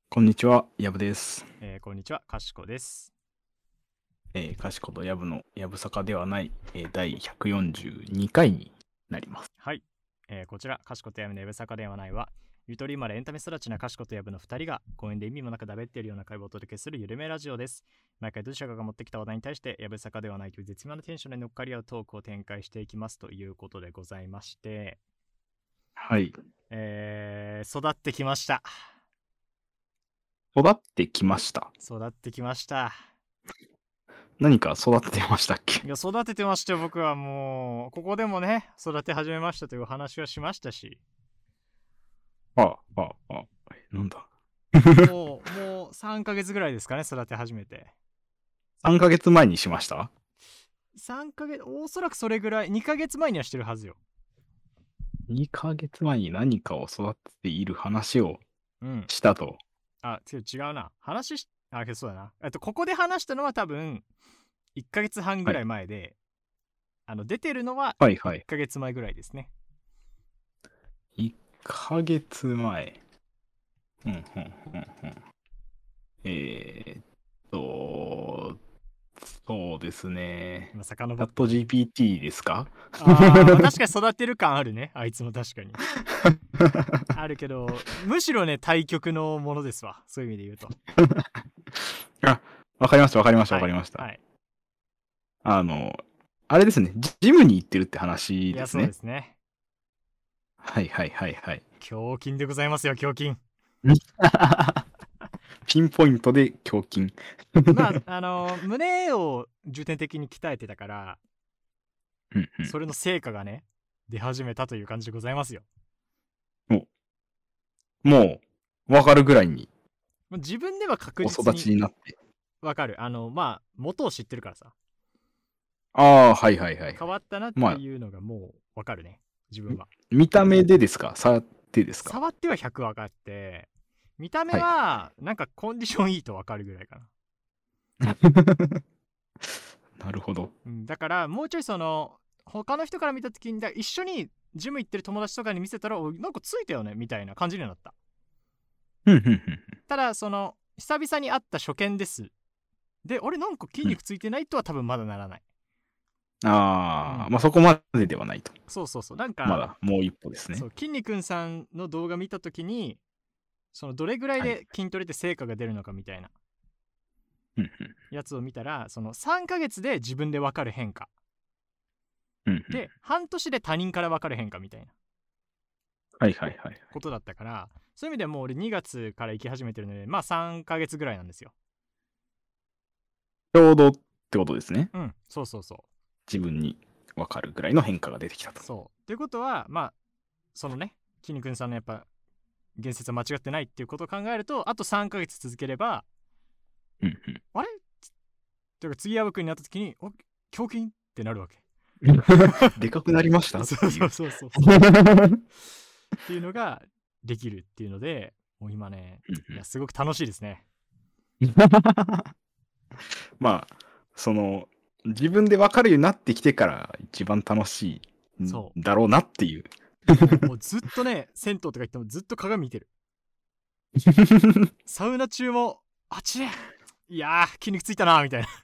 こんにちは、やぶです。 こんにちは、かしこです。 かしことやぶのやぶさかではない、第142回になります。 はい。こちら、かしことやぶのやぶさかではないは、ゆとり生まれエンタメ育ちなかしことやぶの2人が公園で意味もなくだべっているような会話をお届けするゆるめラジオです。毎回どちらかが持ってきた話題に対して、やぶさかではないという絶妙なテンションで乗っかり合うトークを展開していきますということでございまして、 はい。 育ってきました。 育ってきました。 育ってきました。 何か育ててましたっけ？ いや、育ててましたよ、僕はもう。ここでもね、育て始めましたというお話はしましたし、 なんだ。 もう3ヶ月ぐらいですかね、育て始めて。 3ヶ月前にしました？ 3ヶ月、おそらくそれぐらい、2ヶ月前にはしてるはずよ。 2ヶ月前に何かを育てている話をうん。 したと。 違うな。けどそうだな。ここで話したのは多分、1ヶ月半ぐらいはい。 前で、出てるのは1 はいはい。 ヶ月前ぐらいですね。 1ヶ月前。うんうんうんうん。えーっと、そうですね。 今、 チャット遡ってる。 GPT ですか？ まあ確かに育てる感あるね。あいつも確かに。あるけど、むしろね、対極のものですわ。そういう意味で言うと。 あ、わかりました、わかりました、わはい。 かりました。 はい。 あの、あれですね、ジムに行ってるって話いや、そうでですね。 すね。 はいはいはいはい。 胸筋でございますよ、胸筋。 ピンポイントで胸筋。 まあ、胸を重点的に鍛えてたから、 うんうん。 それの成果がね、出始めたという感じでございますよ。 もう、わかるぐらいに自分では確お育実にちになって。 わかる。まあ、元を知ってるからさ、 ああ、はいはいはいはい。 変わったなっまあ、 ていうのがもうわかるね、自分は。 見た目でですか？触ってですか？ 触っては100分かって、見た目はいはい。 は、なんかコンディションいいとわかるぐらいかな。 なるほど。 うん、だから、もうちょい他の人から見た時に、一緒にジム行ってる友達とかに見せたら、なんかついたよねみたいな感じになった。 うんうんうん。 ただ、久々に会った初見です。で、俺なんか筋うん。 肉ついてないとは多分まだならない。うああ、 ん。 まあそこまでではないと。 そうそうそう。なんか、 まだもう一歩ですね。 そう、筋肉さんの動画見たときに、どれぐらいはい。 で筋トレって成果が出るのかみたいなうんうん。 やつを見たら、3ヶ月で自分で分かる変化。 うんうん。 で、半年で他人から分かる変化みたいなはいはいはい。 ことだったから、そういう意味ではもう俺2月から行き始めてるので、まあ3ヶ月ぐらいなんですよ。 ちょうどってことですね。 うん、そうそうそう。 自分に分かるぐらいの変化が出てきたと。 そう。ということは、まあ、筋肉さんのやっぱ、言説は間違ってないっていうことを考えると、あと3ヶ月続ければ、 うんうん。 あれというか次矢部君になった時に、胸筋ってなるわけ。 でかくなりましたっそうていう。 そうそうそうそうっていうのができるっていうので、もう今ね、いや、すごく楽しいですね。 まあ、自分で分かるようになってきてから一番楽しいんそだろうなっていう。 う。もうずっとね、銭湯とか行ってもずっと鏡見てる。サウナ中も、あっちね、いやー、筋肉ついたな、みたいな。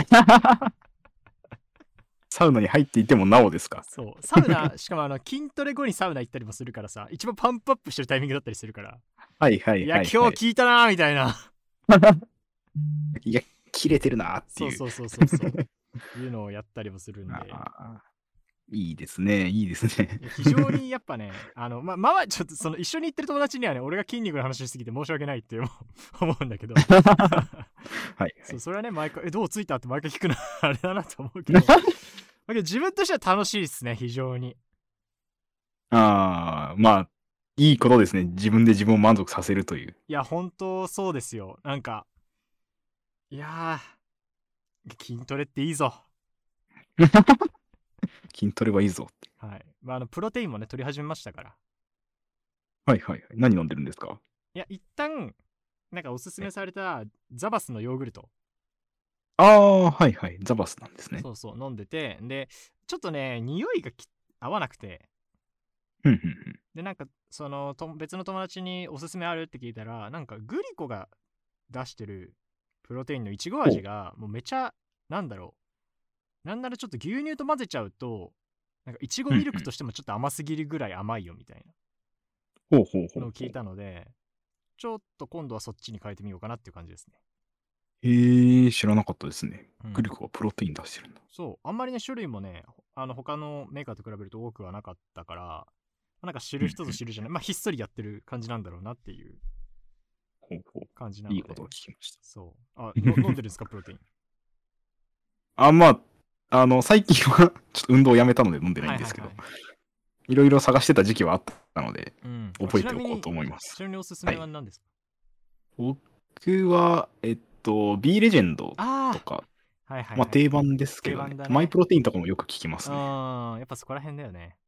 サウナに入っていてもなおですか？ そう。サウナ、しかも筋トレ後にサウナ行ったりもするからさ、一番パンプアップしてるタイミングだったりするから、 はいはいいや、 はいはい。 今日効いたな、みたいな。 いや、切れてるなっていう。 そうそうそうそうそう。いうのをやったりもするんで。 あいいですね、いいですね。 いや非常にやっぱね、ちょっと一緒に行ってる友達にはね、俺が筋肉の話しすぎて申し訳ないって思うんだけど、 はいはい。 そう、それはね、毎回、どうついたって毎回聞くのあれだなと思うけど、だけど自分としては楽しいですね、非常に。 ああ、まあ、いいことですね。自分で自分を満足させるという。 いや、本当そうですよ。なんか、いや筋トレっていいぞ。 筋トレはいいぞ。 はい。プロテインもね、取り始めましたから。 はいはいはい。何飲んでるんですか？ いや、一旦、なんかおすすめされたザバスのヨーグルト。 ああ、はいはい。ザバスなんですね。 そうそう、飲んでて、で、ちょっとね、匂いが合わなくて、 うんうんで、なんか、別の友達におすすめあるって聞いたら、なんか、グリコが出してるプロテインのいちご味が、もうめちゃ、なんだろう。なんならちょっと牛乳と混ぜちゃうと、なんか、いちごミルクとしてもちょっと甘すぎるぐらい甘いよみたいほうほうほうほう。 なのを聞いたので、ちょっと今度はそっちに変えてみようかなっていう感じですね。 知らなかったですね。 うんグリコがプロテイン出してるんだ。 そう、あんまりね、種類もね、他のメーカーと比べると多くはなかったから、なんか知る人ぞ知るじゃない、まあ、ひっそりやってる感じなんだろうなっていうほうほ感じなので。 いいことを聞きました。 そう。飲んでるんですか、プロテイン。 まあ、最近はちょっと運動をやめたので飲んでないんですけど、 はいはいはいいろいろ探してた時期はあったので、 うん、 覚えておこうと思いますち。なみにおすすめは何ですか？ 僕は、B レジェンドあとか、 あ、はいはい、はい。 まあ定番ですけどね定番だねマイプロテインとかもよく聞きますね。 やっぱそこら辺だよね。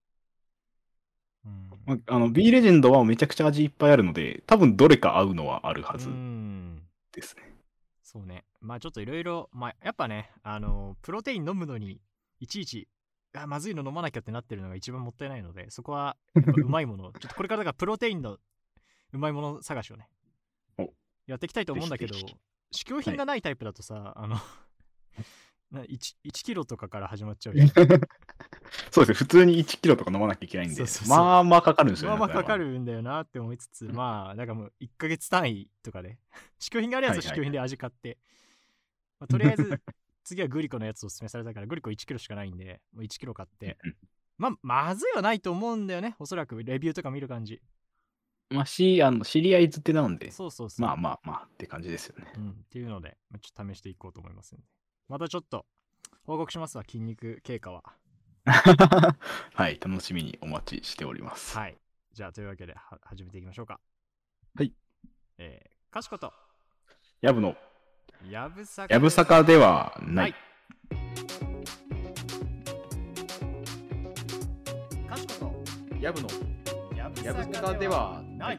B レジェンドはめちゃくちゃ味いっぱいあるので、多分どれか合うのはあるはずですね。 そうね。まあちょっといろいろ、まあやっぱね、プロテイン飲むのに、いちいち、まずいの飲まなきゃってなってるのが一番もったいないので、そこは、やっぱうまいもの、ちょっとこれからだからプロテインのうまいもの探しをね、やっていきたいと思うんだけど、 ぜひぜ試供品がないタイプだとさ、1キロとかから始まっちゃうじゃん。 そうですね、普通に1キロとか飲まなきゃいけないんで、 そうそうそうまあまあかかるんですよね。 まあまあかかるんだよなって思いつつ、まあ、だからもう1ヶ月単位とかで、試供品があるやつは試供品で味買って、まあとりあえず、次はグリコのやつをおすすめされたから、グリコ1キロしかないんで、もう1キロ買って、まあ、まずいはないと思うんだよね、おそらくレビューとか見る感じ。 まあ、知り合いづてなので、 そうそうそう。 まあまあまあって感じですよね。 っていうので、ちょっと試していこうと思いますんで。またちょっと報告しますわ、筋肉経過は。 はい、楽しみにお待ちしております。 はい。じゃあ、というわけで始めていきましょうか。 はい。 かしこと、 やぶの、 やぶさかではない。 かしこと、 やぶの、 やぶやぶさかではない。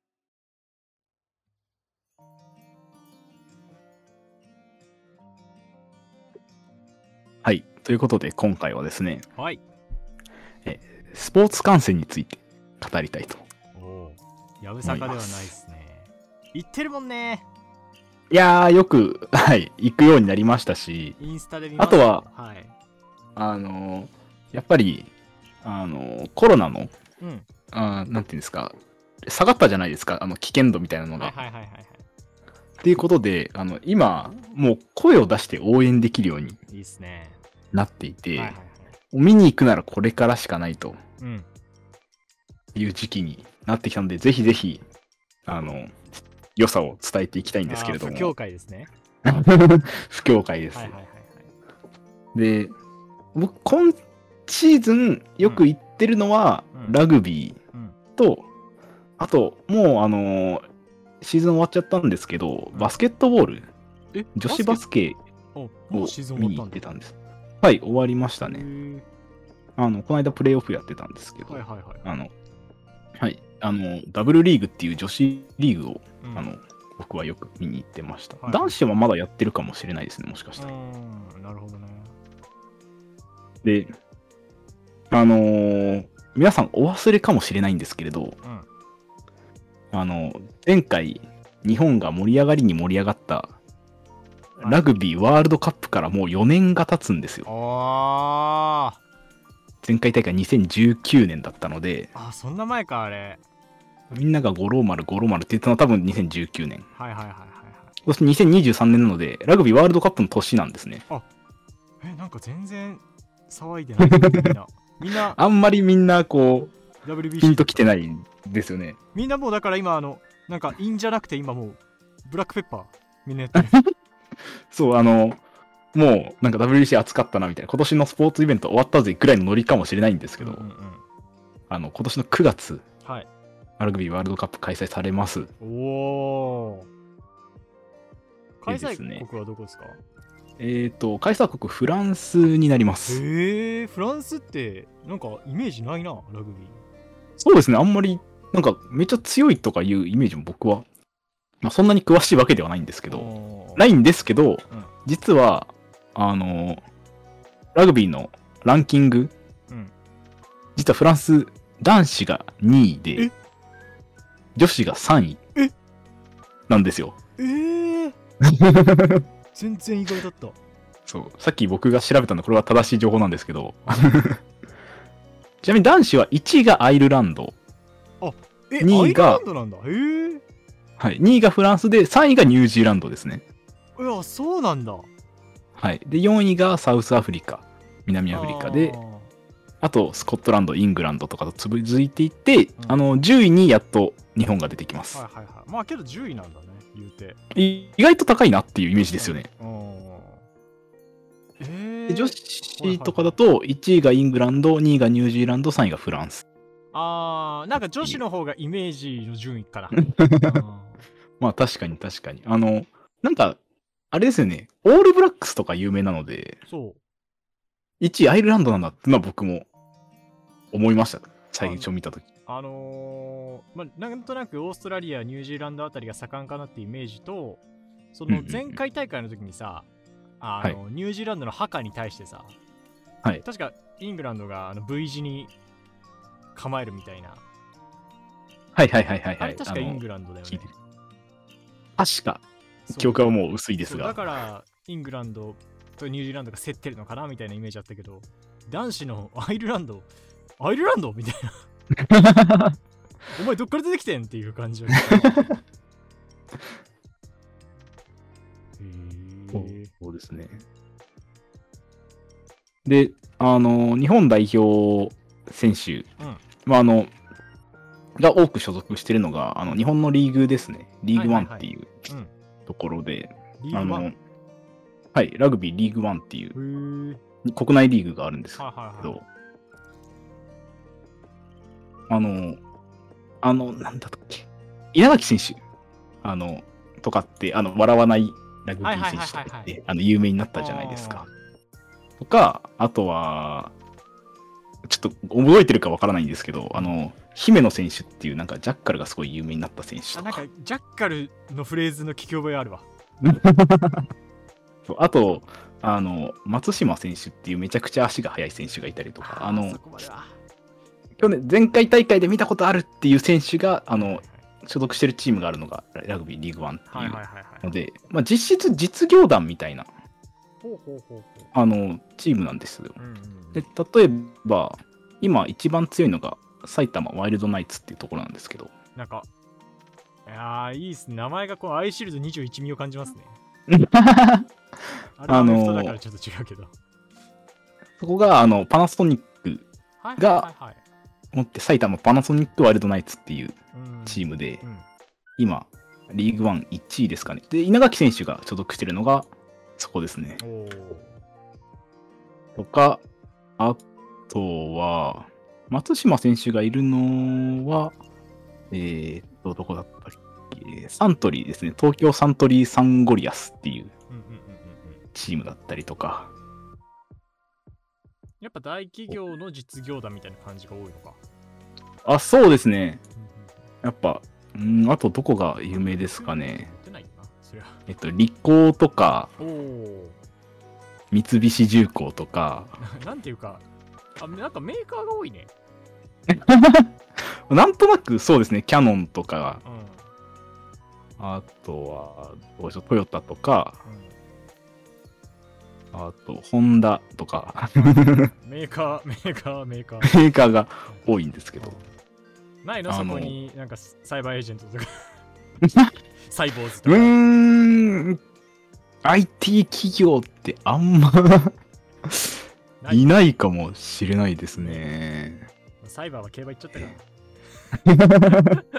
はい。ということで、今回はですね、 はい。 スポーツ観戦について語りたいと。 やぶさかではないですね。行ってるもんね。 いやー、よく、はい、行くようになりましたし、 インスタで見まあとは、 はい、 やっぱり、コロナの、なんていうんですか、下がったじゃないですか、危険度みたいなのが。っていうことで、今、もう声を出して応援できるようになっていて、見に行くならこれからしかないという時期になってきたので、ぜひぜひ、良さを伝えていきたいんですけれども。 不況界ですね。 不況界です。で、僕、今シーズンよく行ってるのは、ラグビーと、あと、もう、シーズン終わっちゃったんですけど、バスケットボール、女子バスケを見に行ってたんです。はい、終わりましたね。この間プレイオフやってたんですけど、はい、ダブルリーグっていう女子リーグを、僕はよく見に行ってました。男子はまだやってるかもしれないですね、もしかしたら。 なるほどね。 で、皆さんお忘れかもしれないんですけれど、前回日本が盛り上がりに盛り上がったラグビーワールドカップからもう4年が経つんですよ。前回大会2019年だったので、 そんな前かあれ。 みんなが五郎丸って言ってたのは多分2019年。そして2023年なので、ラグビーワールドカップの年なんですね。 なんか全然騒いでないみんなあんまりみんなこう WBC ピンときてないんですよね。 みんなもうだから今なんかインじゃなくて今もうブラックペッパーみんなやってる。 そうもうなんか WBC 熱かったなみたいな、今年のスポーツイベント終わったぜぐらいのノリかもしれないんですけど、今年の9月、ラグビーワールドカップ開催されます。 開催国はどこですか？ 開催国フランスになります。 フランスってなんかイメージないな、ラグビー。 そうですね、あんまりなんかめっちゃ強いとかいうイメージも僕は、そんなに詳しいわけではないんですけど、実はラグビーのランキング、実はフランス男子が2位でえ、 女子が3位えなんですよ。 全然意外だった。 そう、さっき僕が調べたのこれは正しい情報なんですけどちなみに男子は1位がアイルランド、2位がアイルランドなんだ。 はい、2位がフランスで3位がニュージーランドですね。 いや、そうなんだ。 はい。で、4位がサウスアフリカ、南アフリカで、あとスコットランド、イングランドとかと続いていって、10位にやっと日本が出てきます。 はいはいはい。まあけど10位なんだね、言うて。 意外と高いなっていうイメージですよね。で女子とかだと1位がイングランド、2位がニュージーランド、3位がフランス。 なんか女子の方がイメージの順位かな。 まあ確かに確かに。なんか、あれですよね。オールブラックスとか有名なので、 そう。 1位アイルランドなんだってのは僕も思いました。最初見たとき。 まあ、なんとなくオーストラリア、ニュージーランドあたりが盛んかなってイメージと、その前回大会の時にさ、ニュージーランドのハカに対してさ、 はい、 確かイングランドがV 字に構えるみたいな。 はいはいはいはい、はい。 あれ確かイングランドだよね。 確か、記憶はもう薄いですが。 だから、イングランドとニュージーランドが競ってるのかなみたいなイメージあったけど、男子のアイルランドみたいな。お前どっから出てきてんっていう感じをそうですね。で、日本代表選手、が多く所属しているのが、日本のリーグですね。リーグワンっていうところで、はい、ラグビーリーグワンっていう国内リーグがあるんですけど、なんだっけ、稲垣選手、とかって、笑わないラグビー選手とかって、有名になったじゃないですか。とか、あとは、ちょっと覚えてるかわからないんですけど、姫野選手っていうなんかジャッカルがすごい有名になった選手とか。 なんかジャッカルのフレーズの聞き覚えあるわ。 あと、松島選手っていうめちゃくちゃ足が速い選手がいたりとか、去年、前回大会で見たことあるっていう選手が、所属してるチームがあるのがラグビーリーグワンっていうので、まあ、実質実業団みたいなチームなんですよ。で、例えば今一番強いのが埼玉ワイルドナイツっていうところなんですけど、 なんかいいっすね。名前がこうアイシールド21味を感じますね。あれはレフトだからちょっと違うけど、 そこがパナソニックが持って埼玉パナソニックワイルドナイツっていうチームで、今リーグワン1位ですかね。で、稲垣選手が所属してるのがそこですね。とか、あとは松島選手がいるのはどこだったっけ、サントリーですね。東京サントリーサンゴリアスっていうチームだったりとか。 やっぱ大企業の実業団みたいな感じが多いのか。 あ、そうですね。やっぱ、あとどこが有名ですかね。リコーとか、三菱重工とか。 なんていうか、なんかメーカーが多いね。 なんとなくそうですね。キャノンとか、あとはトヨタとか、あとホンダとかメーカーが多いんですけど、 ないのそこになんかサイバーエージェントとかサイボーズとか。 IT 企業ってあんまいないかもしれないですね。 サイバーは競馬行っちゃった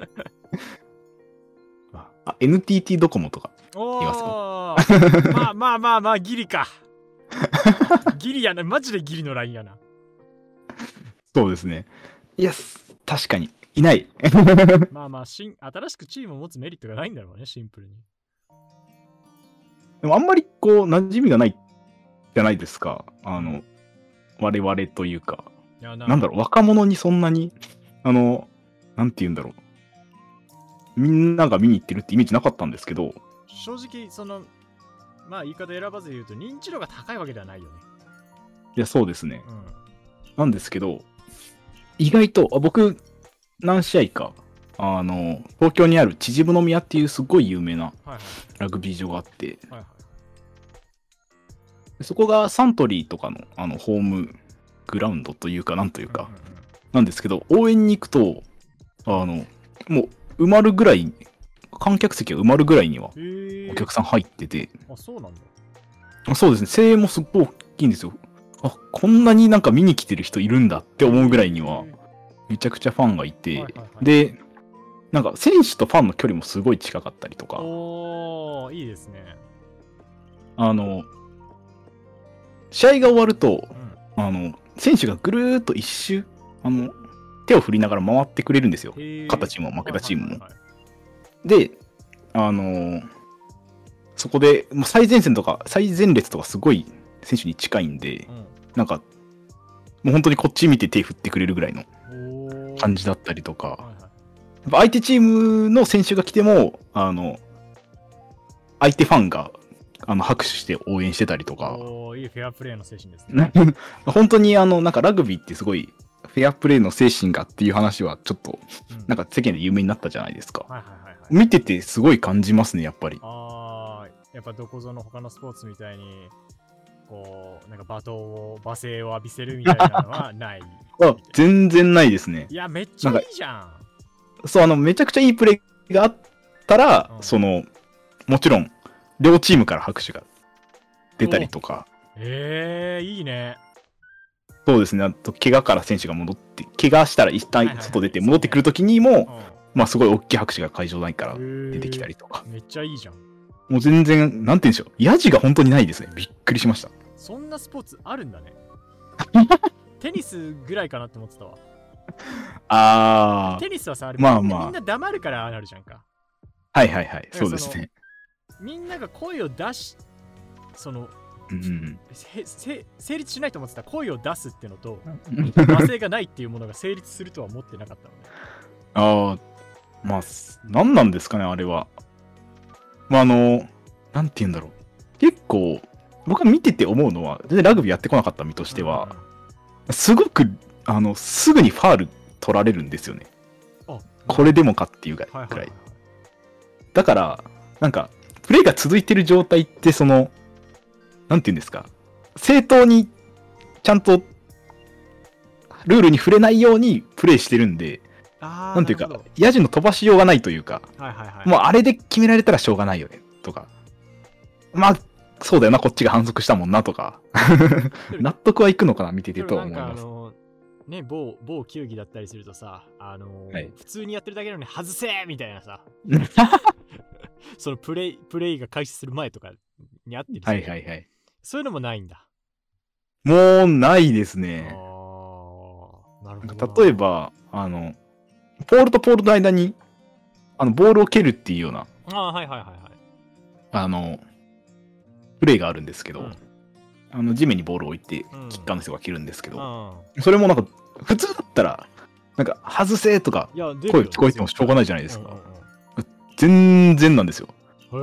から NTT ドコモとかいますよ。まあギリか。ギリやな、マジでギリのラインやな。 そうですね。いや、確かにいない。 まあ新しくチームを持つメリットがないんだろうね、シンプルに。 でもあんまりこう馴染みがないじゃないですか。我々というか、なんだろう、若者にそんなになんて言うんだろう、みんなが見に行ってるってイメージなかったんですけど、 正直まあ言い方選ばず言うと認知度が高いわけではないよね。 いや、そうですね。なんですけど、 意外と、僕、何試合か、東京にある秩父宮っていうすごい有名なはいはいラグビー場があって、 はいはい。 そこがサントリーとかの、ホームグラウンドというか、なんというか、 うんうんうんなんですけど、応援に行くと、もう埋まるぐらい、観客席が埋まるぐらいにはお客さん入ってて、 あ、そうなんだ。 そうですね、声援もすっごい大きいんですよ。あ、こんなになんか見に来てる人いるんだって思うぐらいには、めちゃくちゃファンがいて、 はいはいはい、 で、なんか選手とファンの距離もすごい近かったりとか、 おー、いいですね。 試合が終わると、 うん選手がぐるーっと一周、手を振りながら回ってくれるんですよ。 へー勝ったチームも負けたチームも。 はいはいはいで、そこで、もう最前線とか、最前列とかすごい選手に近いんで、なんか、もう本当にこっち見て手振ってくれるぐらいのうん、 感じだったりとか、 はいはい、 やっぱ相手チームの選手が来ても、相手ファンが拍手して応援してたりとか、 おー、いいフェアプレーの精神ですね。 本当になんかラグビーってすごいフェアプレーの精神がっていう話はちょっとなんか世間で有名になったじゃないですか。 はいはいはいはい。 見ててすごい感じますね、やっぱり。 あー、やっぱどこぞの他のスポーツみたいに、こう、なんか罵声を浴びせるみたいなのはない。 あ、全然ないですね。 いや、めっちゃいいじゃん。 そう、めちゃくちゃいいプレーがあったら、もちろん、両チームから拍手が出たりとか。 いいね。 そうですね。あと、怪我から選手が戻って、怪我したら一旦外出て戻ってくるときにも、まあ、すごい大きい拍手が会場内から出てきたりとか。 めっちゃいいじゃん。 もう全然、なんて言うんでしょう。ヤジが本当にないですね。びっくりしました。 そんなスポーツあるんだね。テニスぐらいかなって思ってたわ。テニスはさ、みんな黙るからああなるじゃんか。 はいはいはい。そうですね。 みんなが声を出し、成立しないと思ってた声を出すってのと、罵声がないっていうものが成立するとは思ってなかったのね。 まあ、何なんですかね、あれは。まあ、なんて言うんだろう。結構、僕が見てて思うのは、全然ラグビーやってこなかった身としては、すごく、すぐにファール取られるんですよね。これでもかっていうぐらい。だから、なんか、プレーが続いてる状態って、なんて言うんですか、正当に、ちゃんと、ルールに触れないようにプレーしてるんで、なんていうか、ヤジの飛ばしようがないというか、もうあれで決められたらしょうがないよね、とか。まあ、そうだよな、こっちが反則したもんな、とか。納得はいくのかな、見ててと思います。 ね、某球技だったりするとさ、普通にやってるだけなのに外せみたいなさ、そのプレイが開始する前とかにあってる。 はいはいはい。 そういうのもないんだ。 もうないですね。 なるほど。 例えば、ポールとポールの間に、ボールを蹴るっていうような、プレイがあるんですけど、地面にボールを置いて、キッカーの人が蹴るんですけど、それもなんか、普通だったら、なんか、外せとか、声聞こえてもしょうがないじゃないですか。全然なんですよ。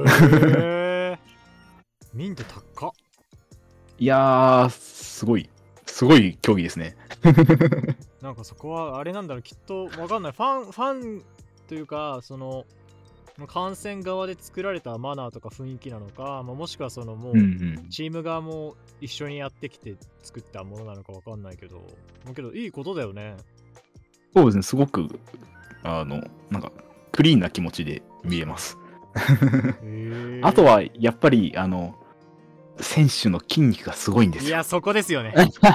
民度高っ。 いやー、すごい競技ですね。 なんかそこはあれなんだろう、きっとわかんない。ファンというか、観戦側で作られたマナーとか雰囲気なのか、もしくはもうチーム側も一緒にやってきて作ったものなのかわかんないけど、いいことだよね。 そうですね、すごくなんかクリーンな気持ちで見えます。あとはやっぱり選手の筋肉がすごいんですよ。 いや、そこですよね。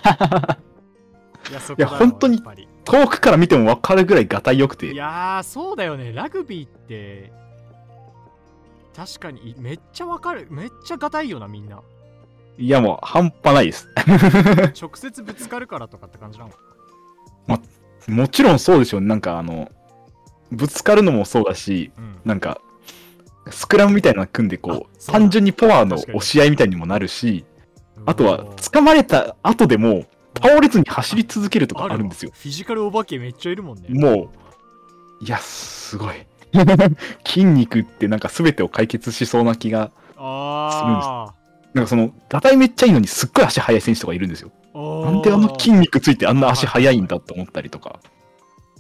いや本当に遠くから見ても分かるぐらいがたいよくて。 いやー、そうだよね。ラグビーって確かにめっちゃ分かる。めっちゃがたいよな、みんな。 いや、もう半端ないです。 直接ぶつかるからとかって感じなの？ もちろんそうでしょう。なんかぶつかるのもそうだし、なんかスクラムみたいなの組んで単純にパワーの押し合いみたいにもなるし、あとは掴まれた後でも倒れずに走り続けるとかあるんですよ。 フィジカルお化けめっちゃいるもんね。 もう、いや、すごい。筋肉ってなんか全てを解決しそうな気がするんです。なんかガタイめっちゃいいのにすっごい足速い選手とかいるんですよ。なんで筋肉ついてあんな足速いんだと思ったりとか。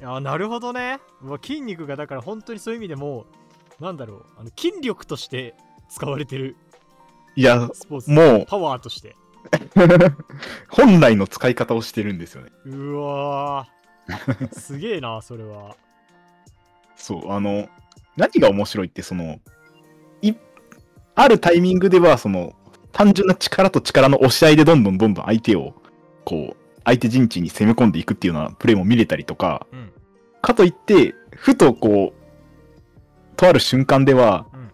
あ、なるほどね。筋肉がだから本当にそういう意味でもなんだろう、筋力として使われてるいや、 スポーツ、 もうパワーとして。 本来の使い方をしてるんですよね。 うわーすげえなそれは。 そう、何が面白いって、あるタイミングでは、単純な力と力の押し合いでどんどん相手を、相手陣地に攻め込んでいくっていうようなプレーも見れたりとか、 うん、 かといって、ふととある瞬間では、 うん、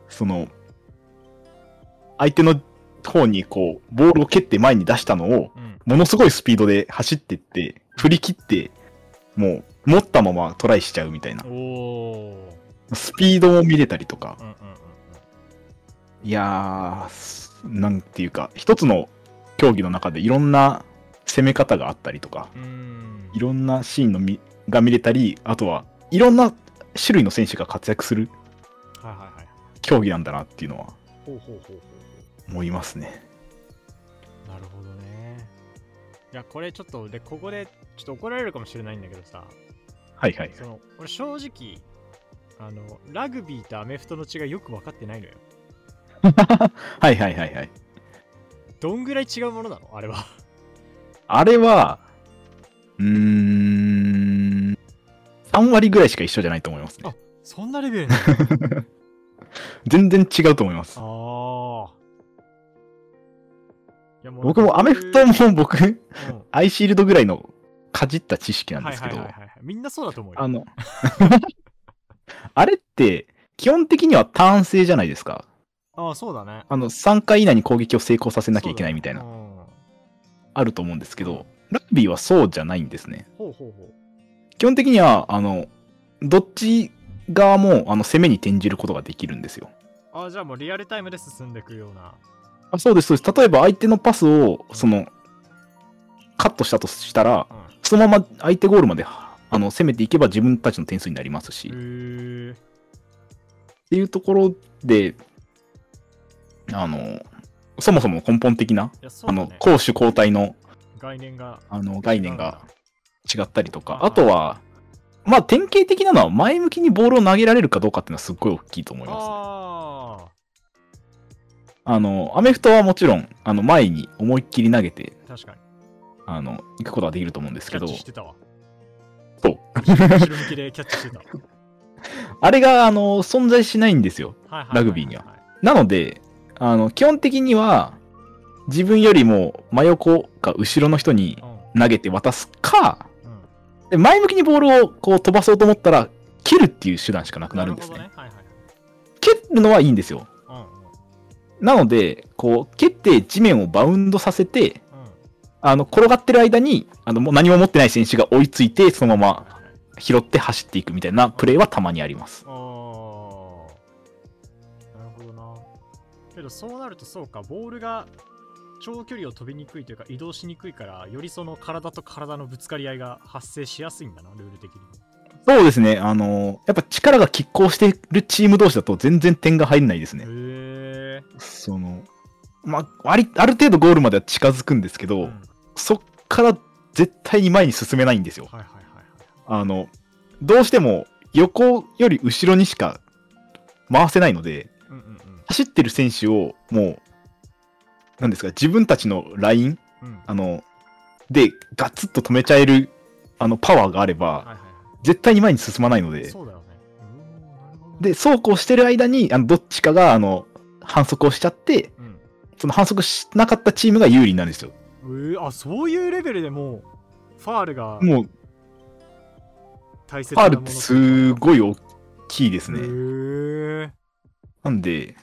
相手の方にボールを蹴って前に出したのを、 うん、 ものすごいスピードで走ってって、振り切って、もう、持ったままトライしちゃうみたいな。 おー、 スピードも見れたりとか。 うんうんうんいやー、なんていうか、一つの競技の中でいろんな攻め方があったりとか、いろんなシーンが見れたり、あとはいろんな種類の選手が活躍するはいはいはい。 競技なんだなっていうのはほうほうほうほうほ思いますね。 う。なるほどね。いや、これちょっと、で、ここでちょっと怒られるかもしれないんだけどさ、 はいはい。 俺正直、ラグビーとアメフトの違いよく分かってないのよ。 はいはいはいはい。 どんぐらい違うものなのあれは。 あれは、3割ぐらいしか一緒じゃないと思いますね。 あ、そんなレベルなの全然違うと思います。 ああ。 僕もアメフトも僕、 うん、 アイシールドぐらいのかじった知識なんですけど、 みんなそうだと思うよ。 あれって、基本的にはターン制じゃないですか。 ああ、そうだね。 3回以内に攻撃を成功させなきゃいけないみたいな、 うん、 あると思うんですけど、ラグビーはそうじゃないんですね。 ほうほうほう。 基本的には、どっち側も、攻めに転じることができるんですよ。 ああ、じゃあもうリアルタイムで進んでいくような。 あ、そうです、そうです。例えば相手のパスを、カットしたとしたら、そのまま相手ゴールまで、攻めていけば自分たちの点数になりますし。っていうところで、そもそも根本的な、攻守交代の概念が違ったりとか、あとは、まあ典型的なのは前向きにボールを投げられるかどうかっていうのはすっごい大きいと思いますね。アメフトはもちろん、前に思いっきり投げて、 確かに。 行くことができると思うんですけど。 キャッチしてたわ。 そう。 後ろ向きでキャッチしてた。 あれが、存在しないんですよ。ラグビーには。なので、基本的には、自分よりも真横か後ろの人に投げて渡すか、で前向きにボールを飛ばそうと思ったら、蹴るっていう手段しかなくなるんですね。蹴るのはいいんですよ。なので、蹴って地面をバウンドさせて、転がってる間に、もう何も持ってない選手が追いついて、そのまま拾って走っていくみたいなプレーはたまにあります。 なるほどな。けどそうなるとそうか、ボールが長距離を飛びにくいというか移動しにくいから、よりその体と体のぶつかり合いが発生しやすいんだな、ルール的に。 そうですね。やっぱ力が拮抗してるチーム同士だと全然点が入んないですね。まあ、ある程度ゴールまでは近づくんですけど、そっから絶対に前に進めないんですよ。どうしても横より後ろにしか回せないので、走ってる選手をもう、なんですか、自分たちのライン、でガツッと止めちゃえるパワーがあれば、絶対に前に進まないので、で、そうこうしてる間にどっちかが反則をしちゃって、その反則しなかったチームが有利になるんですよ。 あ、そういうレベルでもうファールがもう大切なもの。 ファールってすごい大きいですね。なんで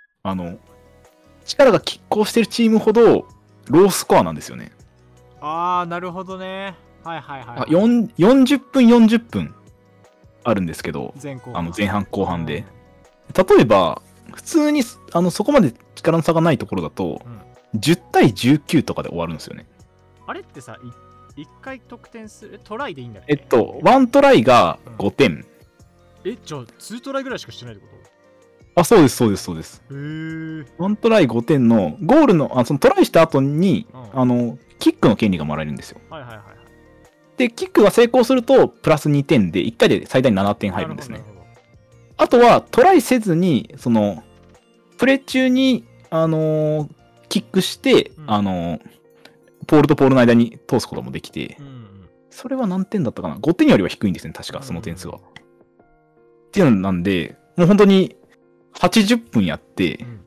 力が拮抗してるチームほどロースコアなんですよね。 ああ、なるほどね。 40分40分あるんですけど、前半後半で、例えば普通にそこまで力の差がないところだと、10対19とかで終わるんですよね。あれってさ、1回得点するトライでいいんだっけ？1トライが5点。 じゃあ2トライぐらいしかしてないってこと？ あ、そうです、そうです、そうです。1トライ5点の、ゴールの、そのトライした後に、キックの権利がもらえるんですよ。っで、キックが成功すると、プラス2点で、1回で最大7点入るんですね。 なるほど。 あとは、トライせずに、プレー中に、キックして、 うんポールとポールの間に通すこともできて、 うんうん。 それは何点だったかな ?5 点よりは低いんですね、確か、その点数は。っていうのなんで、もう本当に、80分やって、 うん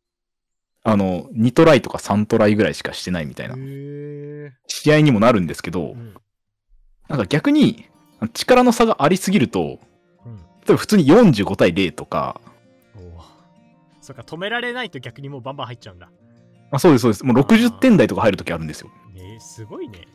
2トライとか3トライぐらいしかしてないみたいなへえ。 試合にもなるんですけど、 うんなんか逆に力の差がありすぎると、 うん。 例えば普通に45対0とか、 おお。そっか、止められないと逆にもうバンバン入っちゃうんだ。 そうです、そうです。もう60点台とか入るときあるんですよ。 すごいね。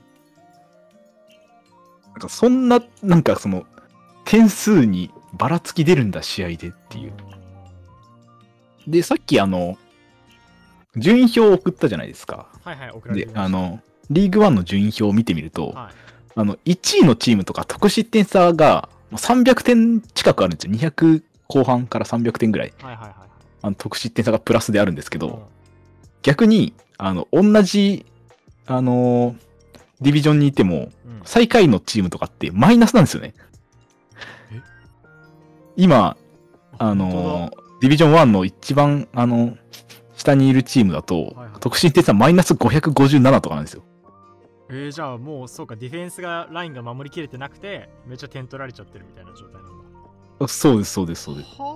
なんかそんな、なんか点数にばらつき出るんだ、試合でっていう。で、さっき順位表を送ったじゃないですか。 はいはい、送られでて、ました。 リーグワンの順位表を見てみると、 はい。 1位のチームとか得失点差が300点近くあるんですよ。200後半から300点ぐらい。 はいはいはいはい。 得失点差がプラスであるんですけど、 うん逆に、同じ、ディビジョンにいても、 うん最下位のチームとかってマイナスなんですよね。 え今、 本当ディビジョン1の一番、下にいるチームだと、 はいはい得失点差マイナス557とかなんですよ。 だ。じゃあもうそうか、ディフェンスがラインが守りきれてなくて、めっちゃ点取られちゃってるみたいな状態なんだ。 そうです、そうです、そうです。 は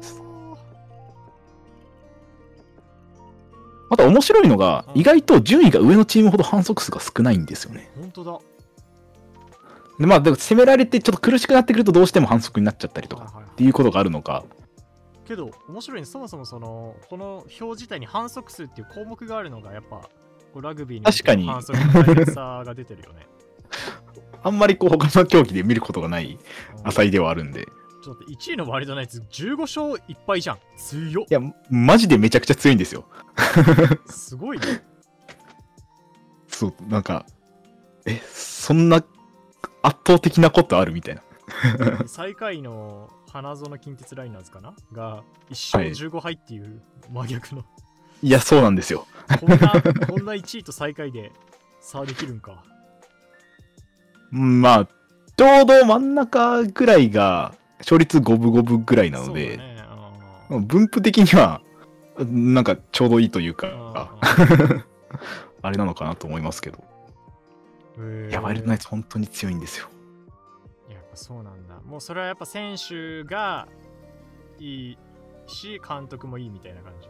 あと面白いのが、 うん意外と順位が上のチームほど反則数が少ないんですよね。 あ、本当だ。 で、まあ、でも攻められてちょっと苦しくなってくるとどうしても反則になっちゃったりとかはいはいはいっていうことがあるのか。 けど面白いね、そもそもこの表自体に反則数っていう項目があるのがやっぱこうラグビーにおいて確かに反則の大切さが出てるよね。 あんまり他の競技で見ることがないうん浅いではあるんで。 ちょっと1位のワイルドナイツ15勝1敗じゃん。強っ。 いや、マジでめちゃくちゃ強いんですよ。 すごいね。 そう、なんか、そんな圧倒的なことあるみたいな。 最下位の花園近鉄ライナーズかなが1勝15敗っていう真逆の、 いや、そうなんですよ。 こんな1位と最下位で差できるんか。 まあ、ちょうど真ん中ぐらいが勝率五分五分ぐらいなので、 そうだね。 分布的には、なんかちょうどいいというか、あれなのかなと思いますけど。いや、ワイルドナイツ本当に強いんですよ。 やっぱそうなんだ。もうそれはやっぱ選手がいいし、監督もいいみたいな感じ。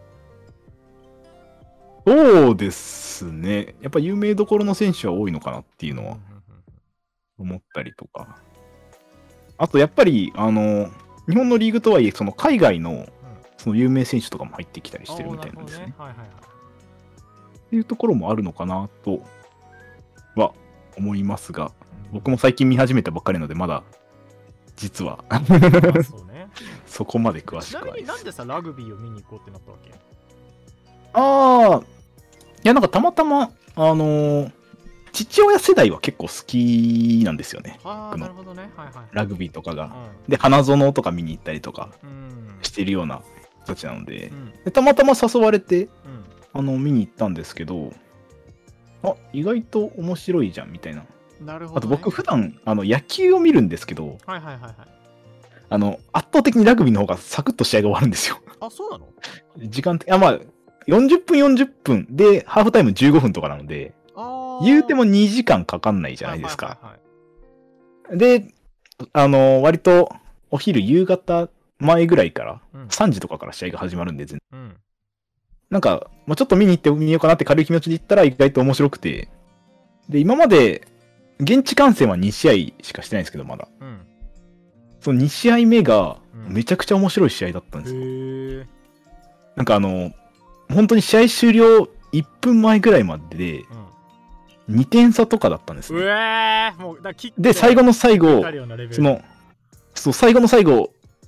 そうですね。やっぱ有名どころの選手は多いのかなっていうのは思ったりとか。あとやっぱり、日本のリーグとはいえ、その海外のその有名選手とかも入ってきたりしてるみたいなんですね。 はいはいはい。 っていうところもあるのかなとは思いますが、僕も最近見始めたばっかりなので、まだ実はそうね。 そこまで詳しちなみくはないです。 になんでさ、ラグビーを見に行こうってなったわけ？ ああ、いやなんかたまたま、父親世代は結構好きなんですよね。 ああ、 僕のなるほどね。はいはい。 ラグビーとかが。 うで、花園とか見に行ったりとかん。うん。 してるような人たちなので、 うん。 でたまたま誘われて、 うん見に行ったんですけど、意外と面白いじゃんみたいな。 なるほど、ね。 あと僕普段野球を見るんですけど、 はいはいはいはい。 圧倒的にラグビーの方がサクッと試合が終わるんですよ。 あ、そうなの？ 時間的、まあ、40分40分でハーフタイム15分とかなので、言うても2時間かかんないじゃないですか。 はいはいはいで、割とお昼夕方前ぐらいから、 うん 3時とかから試合が始まるんで、 うん。 なんか、ちょっと見に行ってみようかなって軽い気持ちで行ったら意外と面白くて、で、今まで現地観戦は2試合しかしてないんですけど、まだ。 うん。 その2試合目がうんめちゃくちゃ面白い試合だったんですよ。 へえ。 なんか本当に試合終了1分前ぐらいまでで2点差とかだったんですうね。 えー、もうキックで、最後の最後、最後の最後、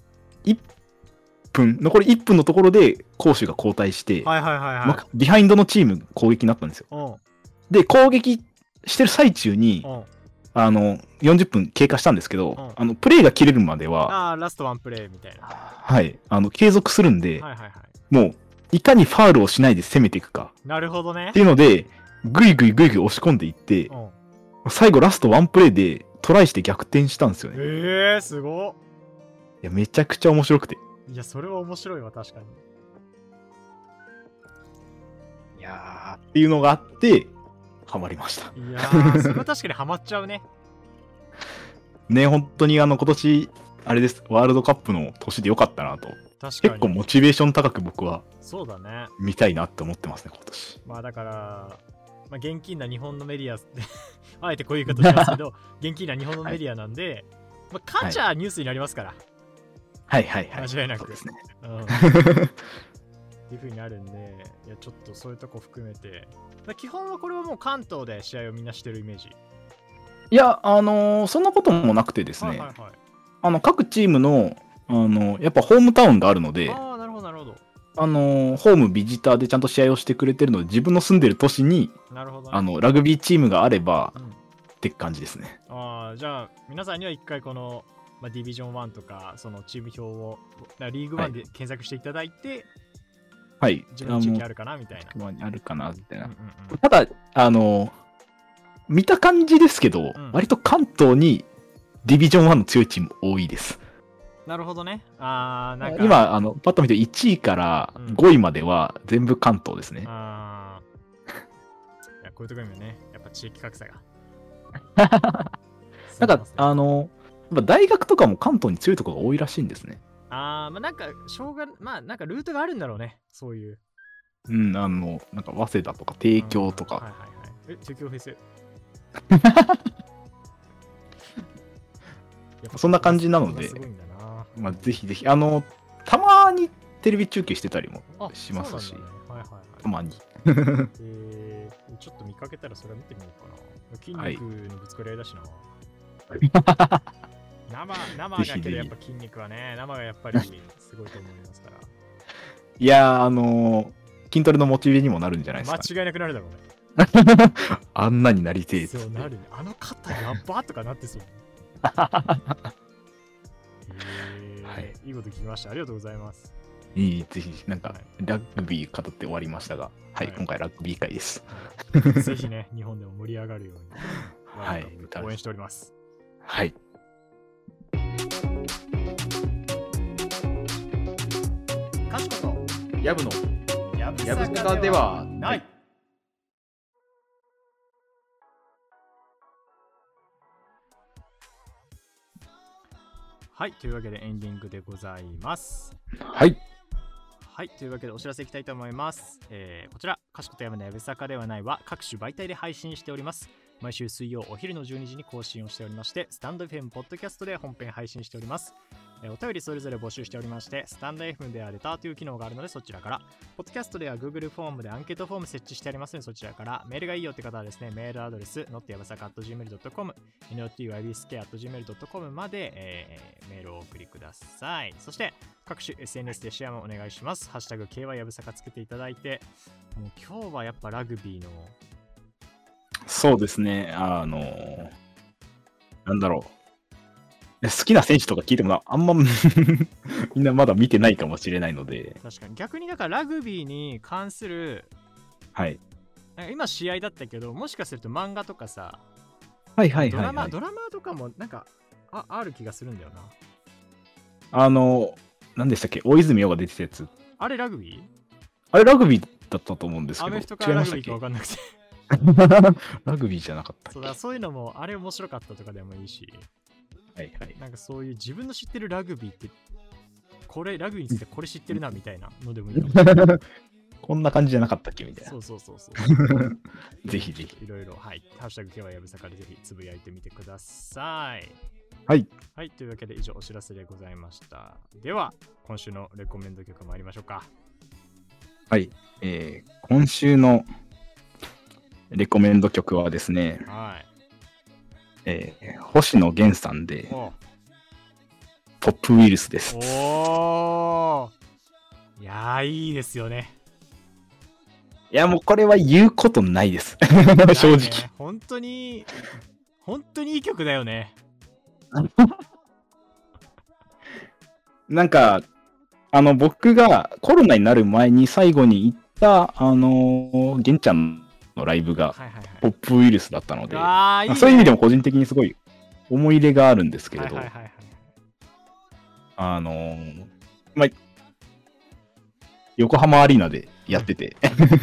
残り1分のところで攻守が交代して、 はいはいはいはい。 ビハインドのチーム攻撃になったんですよ。 うん。 で、攻撃してる最中に、 うん。 40分経過したんですけど、 うプレイが切れるまでは、 ああ、ラストワンプレイみたいな。 はい、継続するんで、 はいはいはい。 もう、いかにファールをしないで攻めていくかなるほどねって。いうので、ぐいぐいぐいぐい押し込んでいって、 うん。 最後ラストワンプレイでトライして逆転したんですよね。 すごっ。 いや、めちゃくちゃ面白くて。 いや、それは面白いわ、確かに。 いやー、っていうのがあって、ハマりました。 いやー、それは確かにハマっちゃうね。 ね、本当に今年、あれです、ワールドカップの年でよかったなと。 確かに。 結構モチベーション高く僕はそうだね。 見たいなって思ってますね、今年。 まあだから、まあ、現金な日本のメディアあえてこういう言い方しますけど、現金な日本のメディアなんで、まあ、勝ちゃニュースになりますから。 はいはいはい。 間違いなく。 そうですね。 っていう風になるんで、いやちょっとそういうとこ含めて、基本はこれはもう関東で試合をみんなしてるイメージ。 いや、そんなこともなくてですね、各チームの、やっぱホームタウンがあるので、 ああ、なるほど、なるほど。 ホームビジターでちゃんと試合をしてくれてるので、自分の住んでる都市に、 なるほど、ね、 ラグビーチームがあれば、って感じですね。 ああ、じゃあ、皆さんには一回この、まあ、ディビジョン1とか、そのチーム表を、リーグ1で検索していただいて、 はい。 自分の地域あるかなみたいな。 あるかなみたいな。ただ、見た感じですけど、割と関東にディビジョン1の強いチーム多いです。 なるほどね。なんか今、パッと見て1位から5位までは全部関東ですね。 いや、こういうところにもね、やっぱ地域格差が。 なんか、大学とかも関東に強いところが多いらしいんですね。 まあなんか、まあなんかルートがあるんだろうね、そういう。 なんか早稲田とか帝京とか。 帝京フェス。 そんな感じなので、まあ、ぜひぜひ、たまにテレビ中継してたりもしますし、たまに。 ちょっと見かけたらそれは見てみようかな。筋肉のぶつかり合いだしな。生がけどやっぱ筋肉はね、生がやっぱりすごいと思いますから。 いや筋トレのモチベにもなるんじゃないですか、 間違いなくなるだろうね。 あんなになりてえ。 そうなるね。あの肩やっばとかなってそう。いいこと聞きました。ありがとうございます。 ぜひ、なんか、ラグビー語って終わりましたが、はい、今回ラグビー会です。 ぜひね、日本でも盛り上がるように、 はい、 応援しております。 はい。 かしことやぶのやぶさかではない。 はい、というわけでエンディングでございます。 はい。 はい、というわけでお知らせいきたいと思います。こちら、かしことやぶのやぶさかではないは各種媒体で配信しております。毎週水曜お昼の12時に更新をしておりまして、スタンド FM ポッドキャストで本編配信しております。お便りそれぞれ募集しておりまして、スタンド FM ではレターという機能があるのでそちらから、ポッドキャストでは Google フォームでアンケートフォーム設置してありますのでそちらから、メールがいいよって方はですね、メールアドレス notyabasaka@gmail.com notyabasaka@gmail.com まで、メールをお送りください。そして各種 SNS でシェアもお願いします。ハッシュタグ KY やぶさかつけていただいて、もう今日はやっぱラグビーのそうですね、なんだろう、好きな選手とか聞いてもあんまみんなまだ見てないかもしれないので。 確かに逆にだからラグビーに関する、 はい、 今試合だったけど、もしかすると漫画とかさ、 はいはいはい、 はい、ドラマとかもなんかある気がするんだよな。 何でしたっけ、大泉洋が出てたやつ、 あれラグビー？ あれラグビーだったと思うんですけど、 アメフトかラグビーか分かんなくてラグビーじゃなかったっけ。 そういうのもあれ面白かったとかでもいいし、 はいはい、 なんかそういう自分の知ってるラグビーってこれラグビーについてこれ知ってるなみたいなのでもいいかもこんな感じじゃなかったっけみたいな。 そうぜひぜひいろいろ、はい、ハッシュタグKYやぶさかでぜひつぶやいてみてください。 はいはい、というわけで以上お知らせでございました。では今週のレコメンド曲参りましょうか。 はい、今週のレコメンド曲はですね、 はい、 星野源さんでポップウイルスです。 おー、いやーいいですよね。 いやもうこれは言うことないです正直、ね、 本当にいい曲だよねなんか僕がコロナになる前に最後に行った源ちゃんのライブがポップウイルスだったので、 いいね、 そういう意味でも個人的にすごい思い入れがあるんですけれど、 はいはいはいはい。 まあ、横浜アリーナでやってて、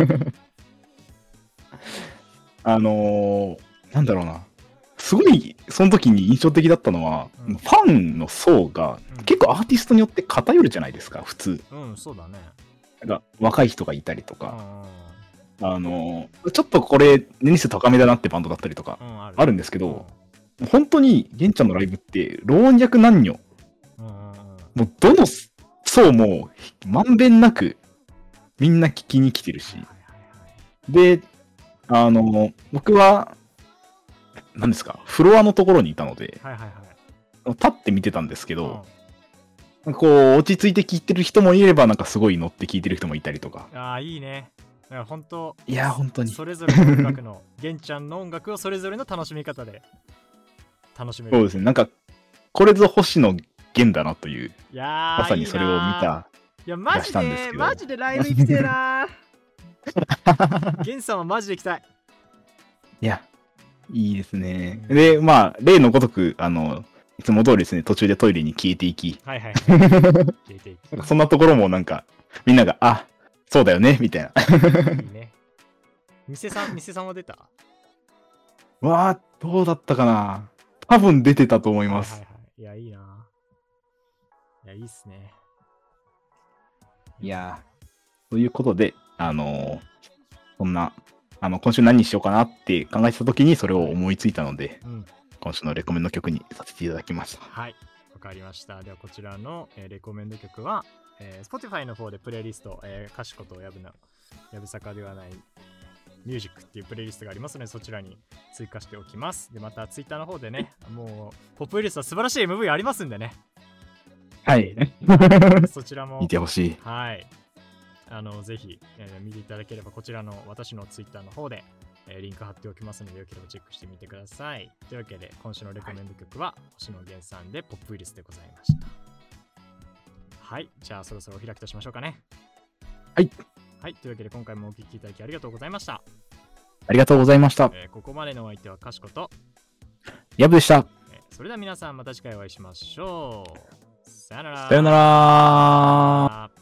なんだろうな。すごい、その時に印象的だったのは、 うんファンの層がうん結構アーティストによって偏るじゃないですか、普通。 うん、そうだね。 なんか若い人がいたりとうんか、 うんちょっとこれ、年数高めだなってバンドだったりとか、 うん、 あるんですけど、本当に、玄ちゃんのライブって、老若男女、 うんうんうんもうどの層も、まんべんなく、みんな聞きに来てるしはい、はいはいで、僕は、何ですか、フロアのところにいたので、 はいはいはい立って見てたんですけはい。 ど、こう、落ち着いて聞いてる人もいれば、なんかすごい乗って聞いてる人もいたりとか。 ああ、いいね。だから本当、 いや、本当に。 それぞれの音楽の、玄ちゃんの音楽をそれぞれの楽しみ方で楽しめる。 そうですね。なんか、これぞ星野源だなという、 いやー、 まさにそれを見いいなー。 たいや、マジ気がしたんですで、 けどマジでライブ行きてえなー。玄さんはマジで行きたい。 いや、いいですね。で、まあ、例のごとく、いつも通りですね、途中でトイレに消えていき、 はいはいはい。消えていき。 なんかそんなところもなんか、みんなが、あ、そうだよね、みたいな。 いいね。店さんは出た？ わあ、どうだったかな。多分出てたと思います。 はいはいはい。いや、いいな。いや、いいっすね。 いやー、ということで、そんな、今週何にしようかなって考えてた時にそれを思いついたので、 うん。 今週のレコメンド曲にさせていただきました。 はい。わかりました。では、こちらの、レコメンド曲は、Spotify の方でプレイリスト、かしことやぶさかではないミュージックっていうプレイリストがありますので、そちらに追加しておきます。で、また Twitter の方でね、もう、ポップウイルスは素晴らしい MV ありますんでね。 はい。 そちらも見てほしい。 はい。ぜひ、見ていただければ、こちらの私の Twitter の方で、リンク貼っておきますので、よければチェックしてみてください。というわけで、今週のレコメンド曲は、星野源さんでポップウイルスでございました。はい。じゃあ、そろそろお開きとしましょうかね。 はい。 はい。というわけで、今回もお聴きいただきありがとうございました。 ありがとうございました。 ここまでのお相手はかしこと、 ヤブでした。 それでは皆さん、また次回お会いしましょう。さよなら。 さよなら。